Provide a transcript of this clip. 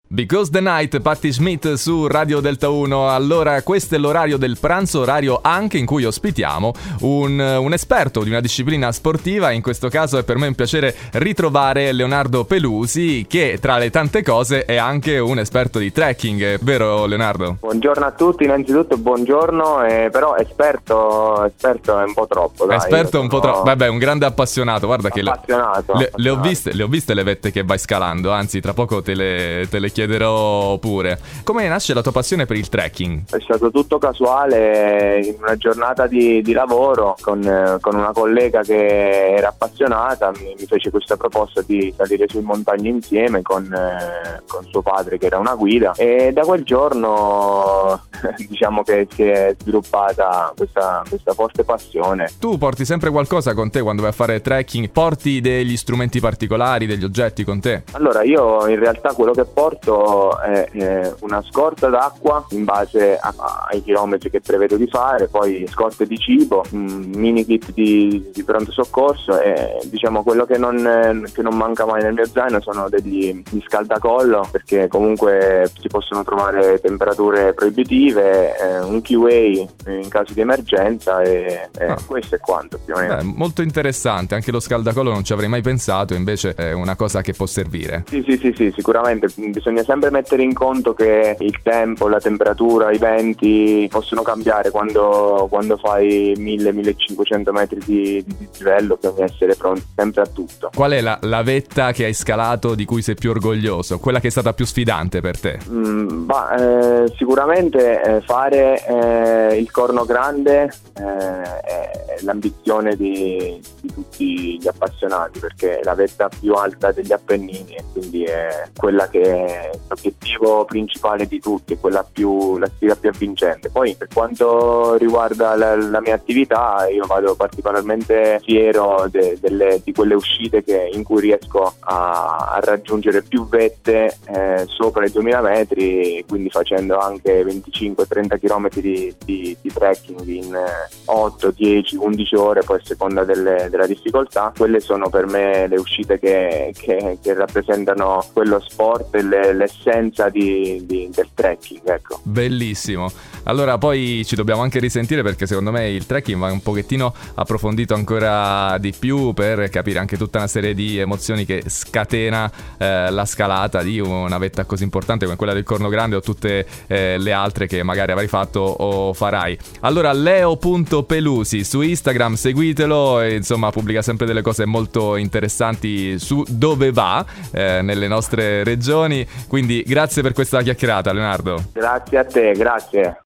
Because the Night, Patti Schmidt su Radio Delta 1. Allora, questo è l'orario del pranzo, orario anche in cui ospitiamo un esperto di una disciplina sportiva. In questo caso è per me un piacere ritrovare Leonardo Pelusi, che tra le tante cose è anche un esperto di trekking, vero Leonardo? Buongiorno a tutti, innanzitutto buongiorno, però esperto è un po' troppo, dai. Esperto è un po' troppo, vabbè, un grande appassionato, guarda che appassionato. Le ho viste le vette che vai scalando, anzi tra poco te le chiederò pure. Come nasce la tua passione per il trekking? È stato tutto casuale, in una giornata di lavoro con una collega che era appassionata, mi fece questa proposta di salire su in montagna insieme con suo padre che era una guida, e da quel giorno diciamo che si è sviluppata questa forte passione. Tu porti sempre qualcosa con te quando vai a fare trekking? Porti degli strumenti particolari, degli oggetti con te? Allora, io in realtà quello che porto è una scorta d'acqua in base ai chilometri che prevedo di fare, poi scorte di cibo, mini kit di pronto soccorso, e diciamo quello che non manca mai nel mio zaino sono degli scaldacollo, perché comunque si possono trovare temperature proibitive, un keyway in caso di emergenza, e questo è quanto più o meno. Molto interessante, anche lo scaldacollo non ci avrei mai pensato, invece è una cosa che può servire. Sì, sicuramente bisogna sempre mettere in conto che il tempo, la temperatura, i venti possono cambiare quando fai 1000-1500 metri di dislivello. Bisogna essere pronti sempre a tutto. Qual è la vetta che hai scalato di cui sei più orgoglioso? Quella che è stata più sfidante per te? Sicuramente fare il Corno Grande è l'ambizione di tutti gli appassionati, perché è la vetta più alta degli Appennini e quindi è quella che è l'obiettivo principale di tutti, è la sfida più avvincente. Poi per quanto riguarda la mia attività, io vado particolarmente fiero di quelle uscite in cui riesco a raggiungere più vette sopra i 2000 metri, quindi facendo anche 25-30 km di trekking in 8, 10, 11 ore, poi a seconda della difficoltà. Quelle sono per me le uscite che rappresentano quello sport e l'essenza del trekking, ecco. Bellissimo. Allora poi ci dobbiamo anche risentire, perché secondo me il trekking va un pochettino approfondito ancora di più per capire anche tutta una serie di emozioni che scatena la scalata di una vetta così importante come quella del Corno Grande, o tutte le altre che magari avrai fatto o farai. Allora, leo.pelusi su Instagram, seguitelo, e insomma pubblica sempre delle cose molto interessanti su dove va nelle nostre regioni. Quindi grazie per questa chiacchierata, Leonardo. Grazie a te, grazie.